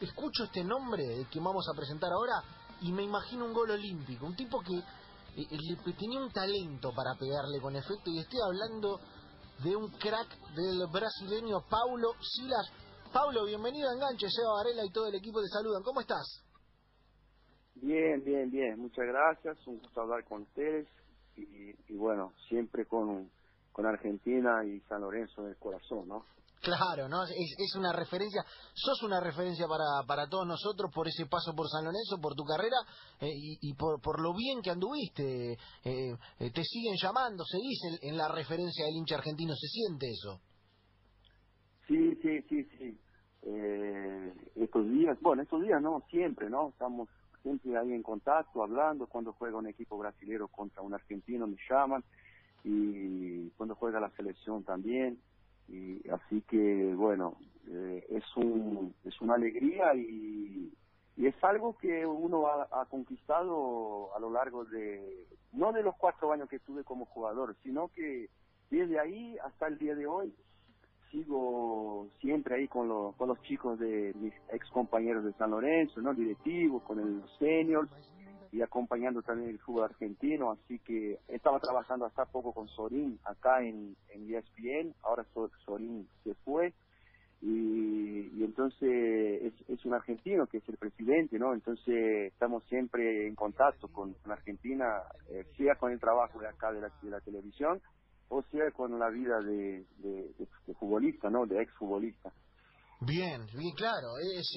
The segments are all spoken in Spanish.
escucho este nombre que vamos a presentar ahora y me imagino un gol olímpico, un tipo que tenía un talento para pegarle con efecto, y estoy hablando de un crack del brasileño Paulo Silas. Paulo, bienvenido a Enganche. Seba Varela y todo el equipo te saludan. ¿Cómo estás? Bien, bien, bien. Muchas gracias. Un gusto hablar con ustedes. Y bueno, siempre con Argentina y San Lorenzo en el corazón, ¿no? Claro, ¿no? Es una referencia, sos una referencia para todos nosotros por ese paso por San Lorenzo, por tu carrera y por lo bien que anduviste. Te siguen llamando, seguís en la referencia del hincha argentino, ¿se siente eso? Sí, sí, sí, sí. Estos días no, siempre, ¿no? Estamos siempre ahí en contacto, hablando. Cuando juega un equipo brasilero contra un argentino me llaman, y cuando juega la selección también. Y así que bueno, es una alegría, y es algo que uno ha conquistado a lo largo no de los 4 años que estuve como jugador, sino que desde ahí hasta el día de hoy sigo siempre ahí con los chicos de mis ex compañeros de San Lorenzo, ¿no? Directivos, con los seniors, y acompañando también el fútbol argentino. Así que estaba trabajando hasta poco con Sorín acá en ESPN. Ahora Sorín se fue, y entonces es un argentino que es el presidente, ¿no? Entonces estamos siempre en contacto con Argentina, sea con el trabajo de acá de la televisión, o sea con la vida de futbolista, ¿no? De exfutbolista. Bien, bien, claro,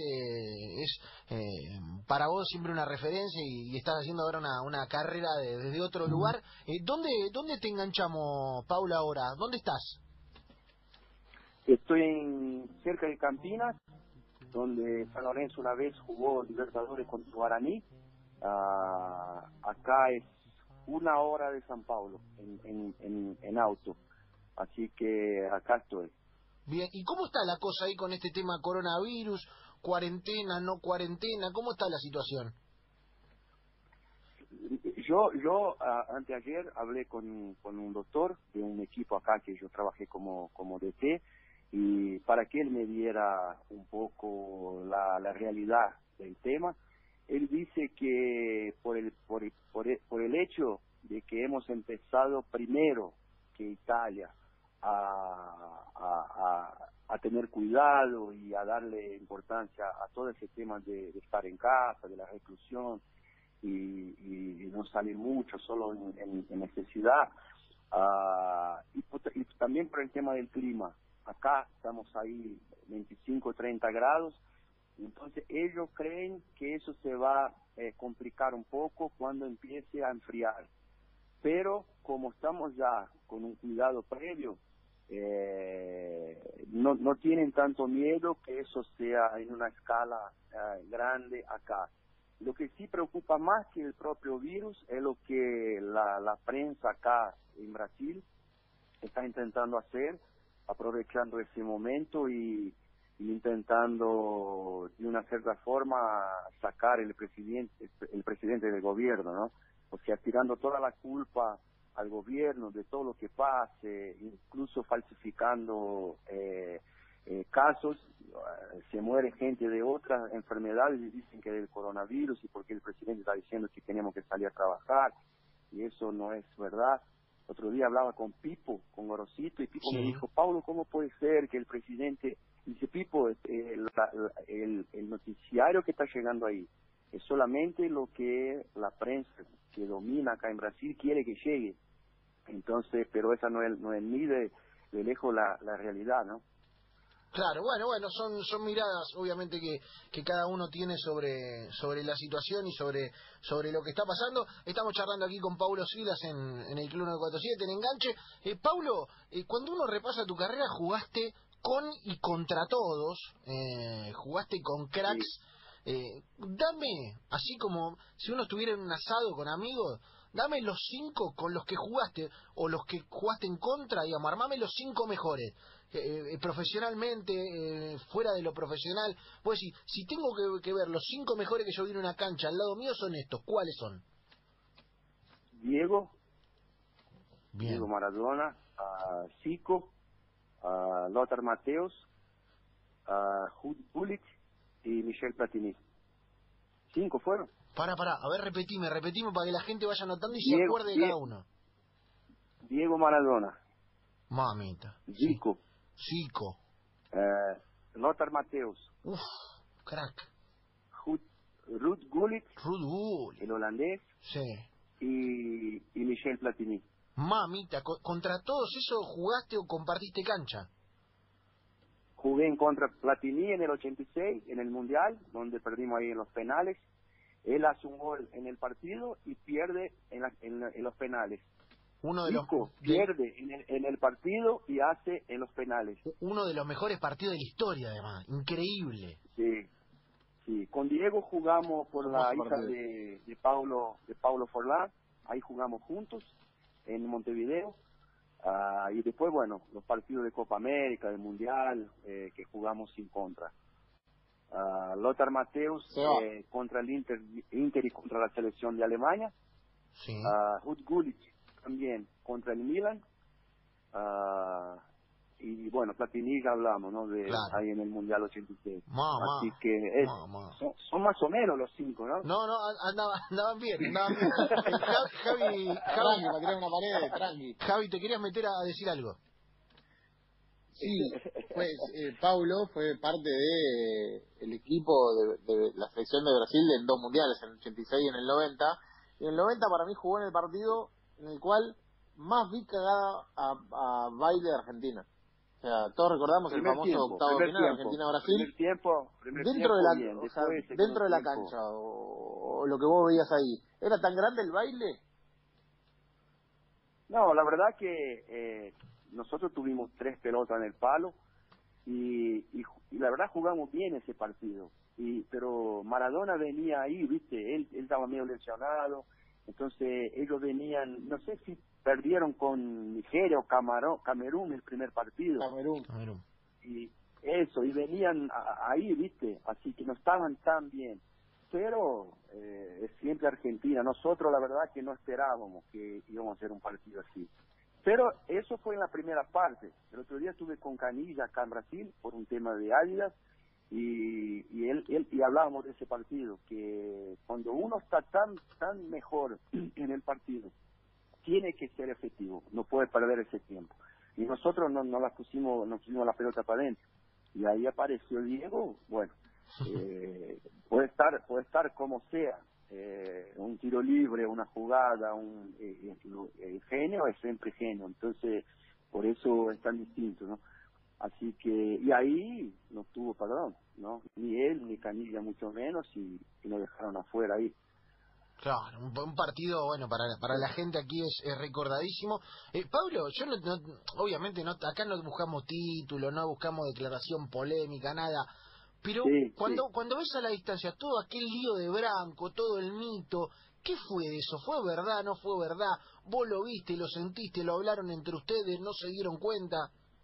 para vos siempre una referencia y estás haciendo ahora una carrera desde otro lugar. ¿Dónde te enganchamos, Paula, ahora? ¿Dónde estás? Estoy cerca de Campinas, donde San Lorenzo una vez jugó Libertadores contra Guaraní. Acá es 1 hora de San Paulo en auto, así que acá estoy. Bien, ¿y cómo está la cosa ahí con este tema coronavirus, cuarentena, no cuarentena? ¿Cómo está la situación? Yo anteayer hablé con un doctor de un equipo acá que yo trabajé como DT, y para que él me diera un poco la realidad del tema. Él dice que por el hecho de que hemos empezado primero que Italia a tener cuidado y a darle importancia a todo ese tema de estar en casa, de la reclusión, y no salir mucho, solo en necesidad, y también por el tema del clima. Acá estamos ahí 25, 30 grados, entonces ellos creen que eso se va a complicar un poco cuando empiece a enfriar. Pero como estamos ya con un cuidado previo, no tienen tanto miedo que eso sea en una escala grande acá. Lo que sí preocupa más que el propio virus es lo que la prensa acá en Brasil está intentando hacer, aprovechando ese momento y intentando de una cierta forma sacar el presidente del gobierno, ¿no? O sea, tirando toda la culpa al gobierno de todo lo que pase, incluso falsificando casos. Se muere gente de otras enfermedades y dicen que del coronavirus, y porque el presidente está diciendo que tenemos que salir a trabajar, y eso no es verdad. Otro día hablaba con Pipo, con Gorosito, y Pipo me Sí. dijo: Paulo, ¿cómo puede ser que el presidente... Dice Pipo, el noticiario que está llegando ahí es solamente lo que la prensa que domina acá en Brasil quiere que llegue. Entonces, pero esa no es ni de lejos la realidad, ¿no? Claro, bueno, son miradas obviamente que cada uno tiene sobre la situación y sobre lo que está pasando. Estamos charlando aquí con Paulo Silas en el Club 947, en Enganche. Paulo, cuando uno repasa tu carrera, jugaste con y contra todos, jugaste con Sí. cracks. Dame, así como si uno estuviera en un asado con amigos, dame los 5 con los que jugaste o los que jugaste en contra, digamos, armame los 5 mejores. Profesionalmente, fuera de lo profesional, pues si tengo que ver los 5 mejores que yo vi en una cancha al lado mío, son estos. ¿Cuáles son? Diego Bien. Maradona, Zico, Lothar Matthäus, Gullit, y Michel Platini. 5 fueron. Pará, a ver, repetime para que la gente vaya anotando y se Diego, acuerde de cada uno. Diego Maradona, Mamita. Zico, Sí. Zico. Lothar Matthäus, Uf, crack. Ruud Gullit, Ruud Gullit. el holandés, Sí. y Michel Platini. Mamita, ¿contra todos esos jugaste o compartiste cancha? Jugué en contra Platini en el 86, en el Mundial, donde perdimos ahí en los penales. Él hace un gol en el partido y pierde en los penales. Uno de Zico los pierde en el partido y hace en los penales. uno de los mejores partidos de la historia, además. Increíble. Sí, sí. Con Diego jugamos por la hija de Paulo Forlán. Ahí jugamos juntos en Montevideo. Y después, bueno, los partidos de Copa América, del Mundial, que jugamos sin contra. Lothar Matthäus contra el Inter y contra la selección de Alemania. Sí. Ruud Gullit también contra el Milan. Y bueno, Platini ya hablamos, ¿no? De Claro. ahí en el Mundial 86. Mamá. Así que son más o menos los 5, ¿no? No, andaban bien. Javi, para tirar una pared, tranqui. Javi, ¿te querías meter a decir algo? Sí, pues Paulo fue parte de el equipo de la selección de Brasil en 2 mundiales, en el 86 y en el 90. Y en el 90 para mí jugó en el partido en el cual más vi cagada a baile de Argentina. O sea, todos recordamos el famoso octavo final Argentina-Brasil. Dentro de la cancha o lo que vos veías ahí. ¿Era tan grande el baile? No, la verdad que nosotros tuvimos 3 pelotas en el palo y la verdad jugamos bien ese partido. Pero Maradona venía ahí, viste, él estaba medio lesionado, entonces ellos venían, no sé si perdieron con Nigeria o Camerún el primer partido. Camerún. Y venían ahí, viste, así que no estaban tan bien. Pero es siempre Argentina. Nosotros la verdad que no esperábamos que íbamos a hacer un partido así. Pero eso fue en la primera parte. El otro día estuve con Canilla acá en Brasil por un tema de Adidas y hablábamos de ese partido, que cuando uno está tan mejor en el partido, tiene que ser efectivo, no puede perder ese tiempo. Y nosotros nos pusimos la pelota para adentro. Y ahí apareció Diego, bueno, puede estar como sea, un tiro libre, una jugada, el genio es siempre genio, entonces por eso es tan distinto, ¿no? Así que, y ahí no tuvo perdón, ¿no? Ni él, ni Canilla mucho menos, y nos dejaron afuera ahí. Claro, un partido, bueno, para la gente aquí es recordadísimo. Pablo, yo obviamente acá no buscamos título, no buscamos declaración polémica, nada. Pero cuando ves a la distancia todo aquel lío de Branco, todo el mito, ¿qué fue de eso? ¿Fue verdad, no fue verdad? ¿Vos lo viste, lo sentiste, lo hablaron entre ustedes, no se dieron cuenta?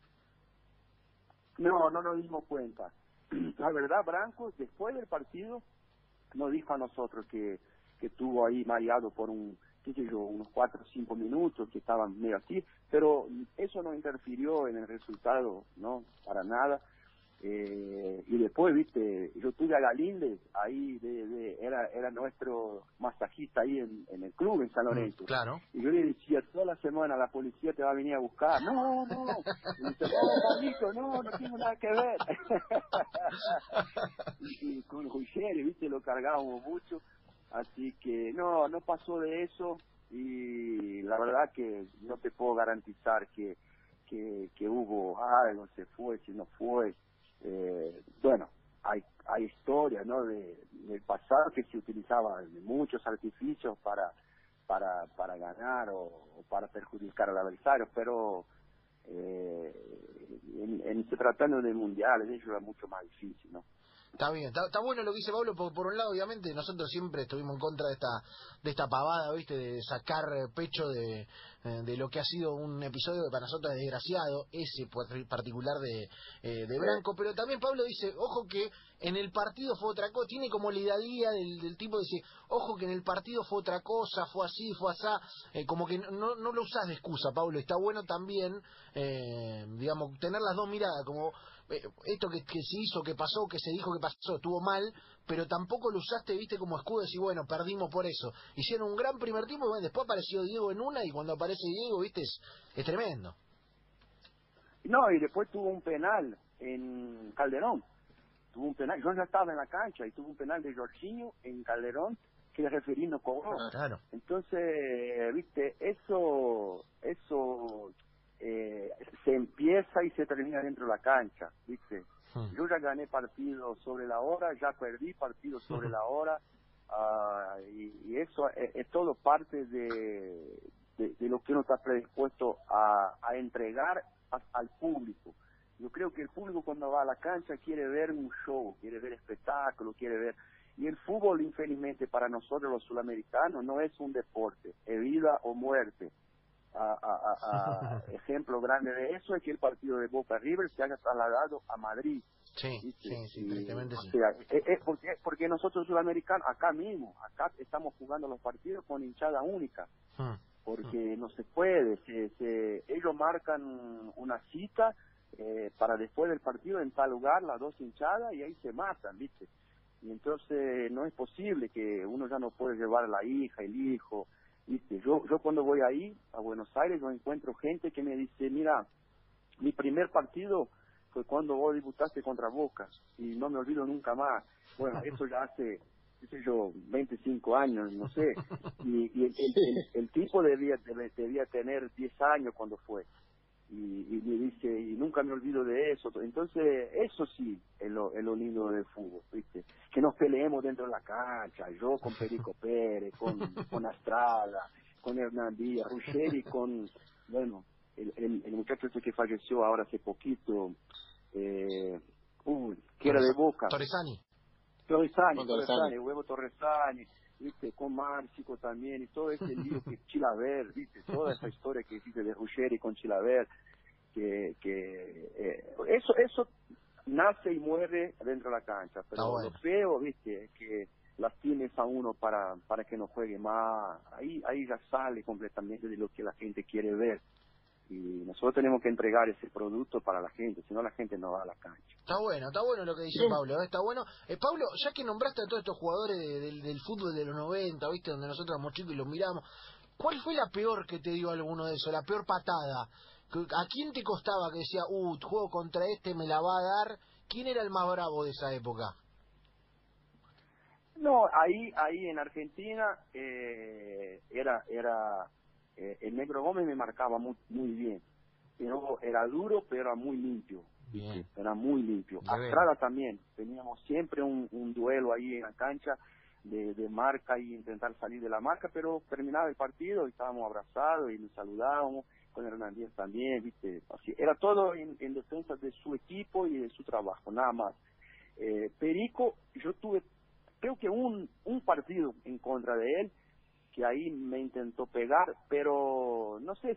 No nos dimos cuenta. La verdad, Branco, después del partido, nos dijo a nosotros que estuvo ahí mareado por unos 4 o 5 minutos, que estaban medio así, pero eso no interfirió en el resultado, no, para nada. Y después, viste, yo tuve a Galíndez ahí, era nuestro masajista ahí en el club en San Lorenzo. Claro. Y yo le decía, toda la semana la policía te va a venir a buscar. No. Y dice, no, Pablito, no tengo nada que ver. y con Ruggeri, viste, lo cargábamos mucho. Así que no pasó de eso. Y la verdad que no te puedo garantizar que hubo algo, se fue, si no fue. Bueno, hay historias, ¿no? Del pasado que se utilizaban muchos artificios para ganar o para perjudicar al adversario, pero en se tratando de mundiales eso era mucho más difícil, ¿no? Está bien, está bueno lo que dice Pablo, por un lado obviamente nosotros siempre estuvimos en contra de esta pavada, ¿viste? De sacar pecho de lo que ha sido un episodio que para nosotros es desgraciado, ese particular de Branco, pero también Pablo dice, ojo que en el partido fue otra cosa, tiene como la idea del tipo de decir, ojo que en el partido fue otra cosa, fue así, fue asá, como que no lo usás de excusa, Pablo, está bueno también, digamos, tener las dos miradas, como esto que se hizo, que pasó, que se dijo que pasó, estuvo mal, pero tampoco lo usaste, viste, como escudo, y decir, bueno, perdimos por eso. Hicieron un gran primer tiempo, y bueno, después apareció Diego en una, y cuando aparece Diego, viste, es tremendo. No, y después tuvo un penal en Calderón. Tuvo un penal, yo ya estaba en la cancha y tuvo un penal de Jorginho en Calderón que el referí no cobró. Claro. Entonces, viste, eso se empieza y se termina dentro de la cancha, viste. Yo ya gané partidos sobre la hora, ya perdí partidos sobre la hora, y eso es todo parte de lo que uno está predispuesto a entregar al público. Yo creo que el público cuando va a la cancha quiere ver un show, quiere ver espectáculo, quiere ver... Y el fútbol, infelizmente, para nosotros los sudamericanos no es un deporte, es vida o muerte. Ejemplo grande de eso es que el partido de Boca River se haya trasladado a Madrid. Sí, tristemente sí. O sea, porque nosotros sudamericanos, acá mismo, acá estamos jugando los partidos con hinchada única. Porque no se puede, ellos marcan una cita para después del partido en tal lugar, las dos hinchadas, y ahí se matan, ¿viste? Y entonces no es posible que uno ya no puede llevar a la hija, el hijo, ¿viste? Yo cuando voy ahí, a Buenos Aires, yo encuentro gente que me dice, mira, mi primer partido fue cuando vos debutaste contra Boca, y no me olvido nunca más. Bueno, eso ya hace, qué sé yo, 25 años, no sé, y el tipo debía tener 10 años cuando fue. Y me dice, y nunca me olvido de eso. Entonces, eso sí es lo lindo del fútbol, ¿viste? Que nos peleemos dentro de la cancha, yo con Perico Pérez, con Astrada, con Hernán Díaz, Ruggeri, bueno, el muchacho este que falleció ahora hace poquito, que era de Boca. Torresani, Huevo Torresani, ¿viste? Con Márcico también, y todo ese lío que Chilaver, ¿viste? Toda esa historia que existe de Ruggeri con Chilaver, eso nace y muere dentro de la cancha, pero lo feo, ¿viste? Que lastimes a uno para que no juegue más, ahí ya sale completamente de lo que la gente quiere ver. Y nosotros tenemos que entregar ese producto para la gente, si no la gente no va a la cancha. Está bueno lo que dice Pablo, está bueno. Pablo, ya que nombraste a todos estos jugadores del fútbol de los 90, ¿viste? Donde nosotros éramos chicos y los miramos, ¿cuál fue la peor que te dio alguno de esos? La peor patada. ¿A quién te costaba que decía, juego contra este, me la va a dar? ¿Quién era el más bravo de esa época? No, ahí en Argentina era el Negro Gómez me marcaba muy bien, pero era duro, pero era muy limpio. Bien. Era muy limpio. Astrada también, teníamos siempre un duelo ahí en la cancha de marca y intentar salir de la marca, pero terminaba el partido y estábamos abrazados y nos saludábamos, con Hernán Díaz también, ¿viste? Así, era todo en defensa de su equipo y de su trabajo, nada más. Perico, yo tuve, creo que un partido en contra de él, que ahí me intentó pegar, pero no sé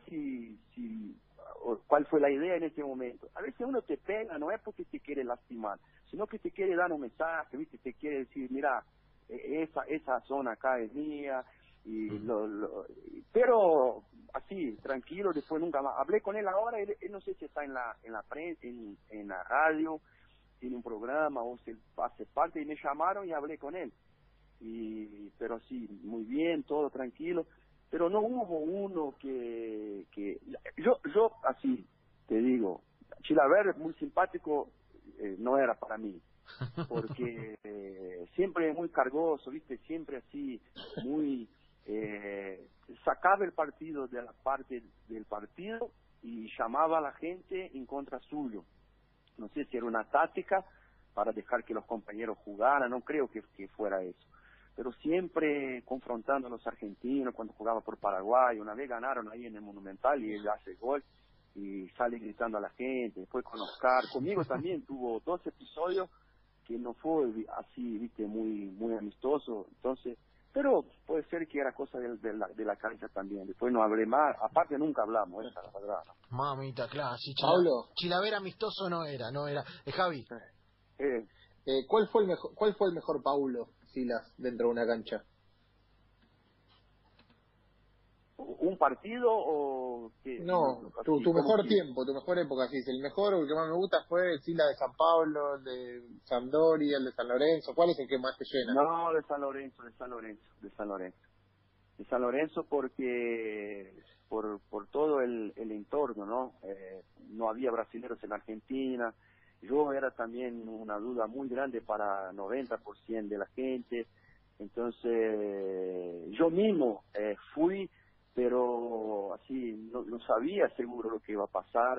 cuál fue la idea en ese momento. A veces uno te pega, no es porque te quiere lastimar, sino que te quiere dar un mensaje, ¿viste? Te quiere decir, mira, esa zona acá es mía, y pero así, tranquilo, después nunca más. Hablé con él ahora, él no sé si está en la prensa, en la radio, tiene un programa o se hace parte, y me llamaron y hablé con él. Pero sí, muy bien, todo tranquilo, pero no hubo uno que yo así te digo, Chilaver muy simpático, no era para mí, porque siempre muy cargoso, viste, siempre así muy sacaba el partido de la parte del partido y llamaba a la gente en contra suyo. No sé si era una táctica para dejar que los compañeros jugaran, no creo que fuera eso, pero siempre confrontando a los argentinos cuando jugaba por Paraguay. Una vez ganaron ahí en el Monumental y él hace gol y sale gritando a la gente. Después con Oscar, conmigo también tuvo 2 episodios que no fue así, viste, muy amistoso, entonces, pero puede ser que era cosa de la cancha también. Después no hablé más, aparte nunca hablamos, esa es la verdad, ¿no? Mamita, claro, sí, Pablo, Chilaver amistoso no era. Javi. ¿Cuál fue el mejor Paulo Silas dentro de una cancha? un partido o qué? No, tu mejor tiempo, tu mejor época, sí. El mejor, el que más me gusta fue sí, la de San Pablo, el de Sampdoria, el de San Lorenzo. ¿Cuál es el que más te llena? No, de San Lorenzo, de San Lorenzo, de San Lorenzo. De San Lorenzo porque por todo el entorno, ¿no? No había brasileños en Argentina. Yo era también una duda muy grande para 90% de la gente. Entonces, yo mismo fui, pero así no sabía seguro lo que iba a pasar.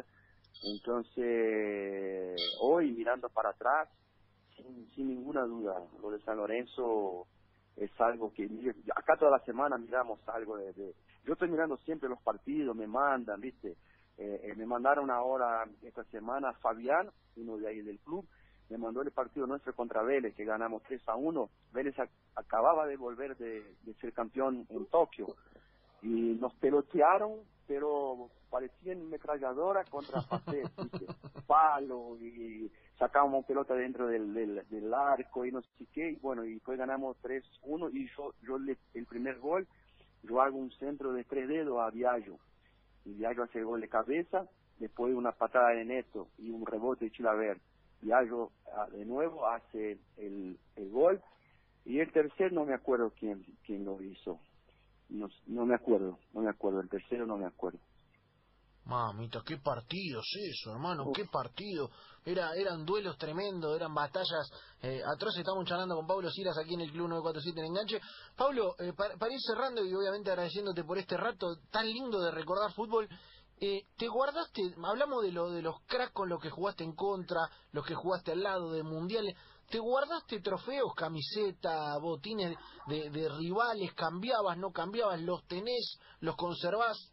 Entonces, hoy mirando para atrás, sin ninguna duda, lo de San Lorenzo es algo que acá toda la semana miramos algo yo estoy mirando siempre los partidos, me mandan, viste, me mandaron ahora esta semana Fabián, uno de ahí del club, me mandó el partido nuestro contra Vélez, que ganamos 3-1. Vélez acababa de volver de ser campeón en Tokio y nos pelotearon, pero parecían metralladora contra Facet, ¿viste? Palo, y sacábamos pelota dentro del arco y no sé qué, y bueno, y después ganamos 3-1 y yo el primer gol, yo hago un centro de 3 dedos a Viallo, y Viallo hace el gol de cabeza, después una patada de Neto y un rebote de Chilaver. Viallo de nuevo hace el gol, y el tercer no me acuerdo quién lo hizo. No me acuerdo, el tercero no me acuerdo. Mamita, qué partidos eso, hermano, qué partido. Eran duelos tremendos, eran batallas atroces. Estamos charlando con Pablo Siras aquí en el Club 947 en Enganche. Pablo, para ir cerrando y obviamente agradeciéndote por este rato tan lindo de recordar fútbol, ¿te guardaste, hablamos de los cracks con los que jugaste en contra, los que jugaste al lado de mundiales, ¿te guardaste trofeos, camiseta, botines de rivales? ¿Cambiabas, no cambiabas? ¿Los tenés, los conservás?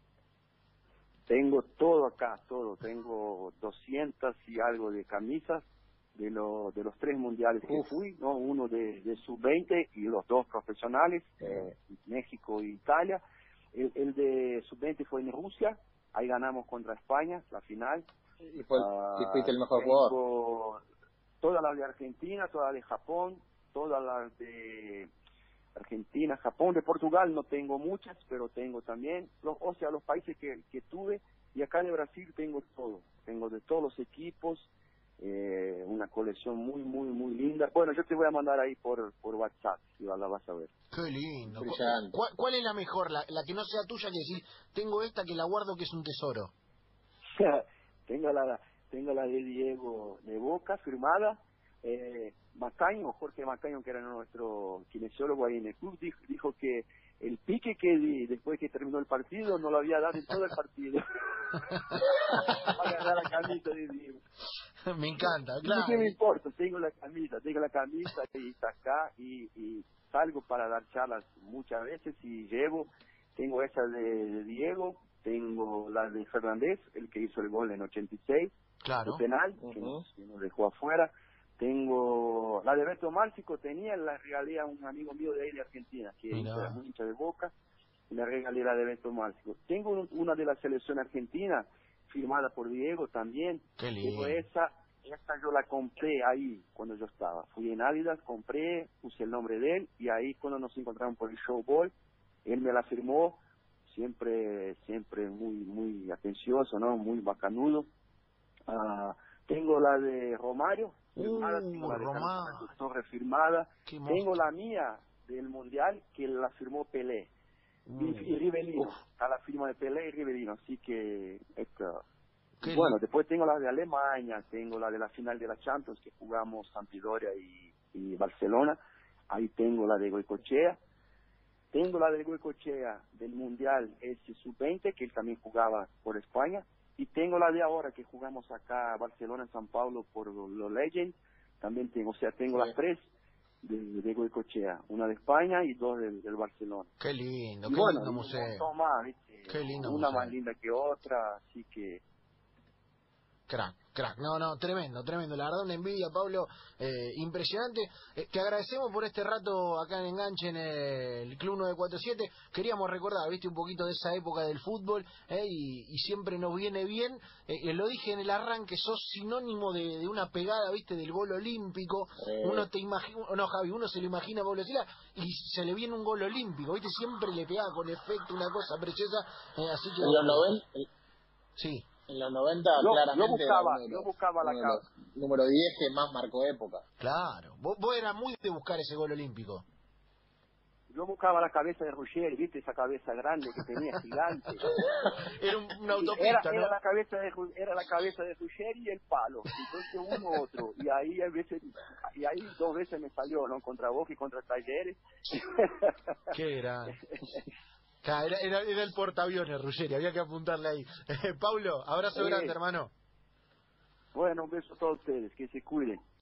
Tengo todo acá, todo. Tengo 200 y algo de camisas de los 3 mundiales que fui, ¿no? Uno de sub-20 y los 2 profesionales, México e Italia. El de sub-20 fue en Rusia, ahí ganamos contra España, la final. Y fuiste el mejor jugador. Todas las de Argentina, todas las de Japón, todas las de Argentina, Japón, de Portugal no tengo muchas, pero tengo también, los países que tuve, y acá de Brasil tengo todo, tengo de todos los equipos, una colección muy, muy, muy linda. Bueno, yo te voy a mandar ahí por WhatsApp, y la vas a ver. Qué lindo. Brillante. ¿Cuál es la mejor? La que no sea tuya, que decir, tengo esta que la guardo, que es un tesoro. tengo la de Diego de Boca firmada. Macaño, Jorge Macaño, que era nuestro kinesiólogo ahí en el club, dijo que el pique que di después que terminó el partido no lo había dado en todo el partido. Para ganar la camisa de Diego. Me encanta, claro. ¿Qué me importa? Tengo la camisa y está acá, y salgo para dar charlas muchas veces y tengo esa de Diego, tengo la de Fernández, el que hizo el gol en 86, claro, el penal, que nos dejó afuera. Tengo la de Beto Márcico, tenía la regalé a un amigo mío de ahí de Argentina, que era muy hincha de Boca, y la regalé la de Beto Márcico. Tengo una de la selección argentina, firmada por Diego también. Qué lindo. Pero esa yo la compré ahí cuando yo estaba. Fui en Adidas, compré, puse el nombre de él, y ahí cuando nos encontramos por el Showball, él me la firmó, siempre muy, muy atencioso, ¿no? Muy bacanudo. Tengo la de Romario, firmada, tengo la de Carlos Torres firmada, tengo la mía del Mundial que la firmó Pelé, y Rivelino, a la firma de Pelé y Rivelino, así que bueno, después tengo la de Alemania, tengo la de la final de la Champions que jugamos Sampdoria y Barcelona, ahí tengo la de Goicoechea, tengo la de Goicoechea del Mundial ese sub-20 que él también jugaba por España. Y tengo la de ahora que jugamos acá, Barcelona, San Paulo, por los Legends. También tengo, tengo las 3 de Goicoechea. Una de España y 2 del Barcelona. Qué lindo, qué lindo museo. Un montón más, ¿viste? Qué lindo una museo. más linda que otra, así que... Crack. Crack, no, tremendo, la verdad una envidia, Pablo, impresionante. Te agradecemos por este rato acá en Enganche en el Club 947. Queríamos recordar, viste, un poquito de esa época del fútbol, y siempre nos viene bien. Lo dije en el arranque, sos sinónimo de una pegada, viste, del gol olímpico. Uno te imagina, no, Javi, uno se lo imagina a Pablo Sila y se le viene un gol olímpico, viste, siempre le pegaba con efecto, una cosa preciosa, así que... En los 90, sí. En los 90 claramente yo buscaba la uno de los número 10 que más marcó época. Claro, vos eras muy de buscar ese gol olímpico. Yo buscaba la cabeza de Ruggeri, ¿viste? Esa cabeza grande que tenía, gigante. Era una autopista, ¿no? Era la cabeza de Ruggeri y el palo. Entonces uno otro. Y ahí dos veces me salió, ¿no? Contra Boca y contra Talleres. Qué gran. Era el portaaviones, Ruggeri, había que apuntarle ahí. Paulo, abrazo grande, hermano. Bueno, un beso a todos ustedes, que se cuiden.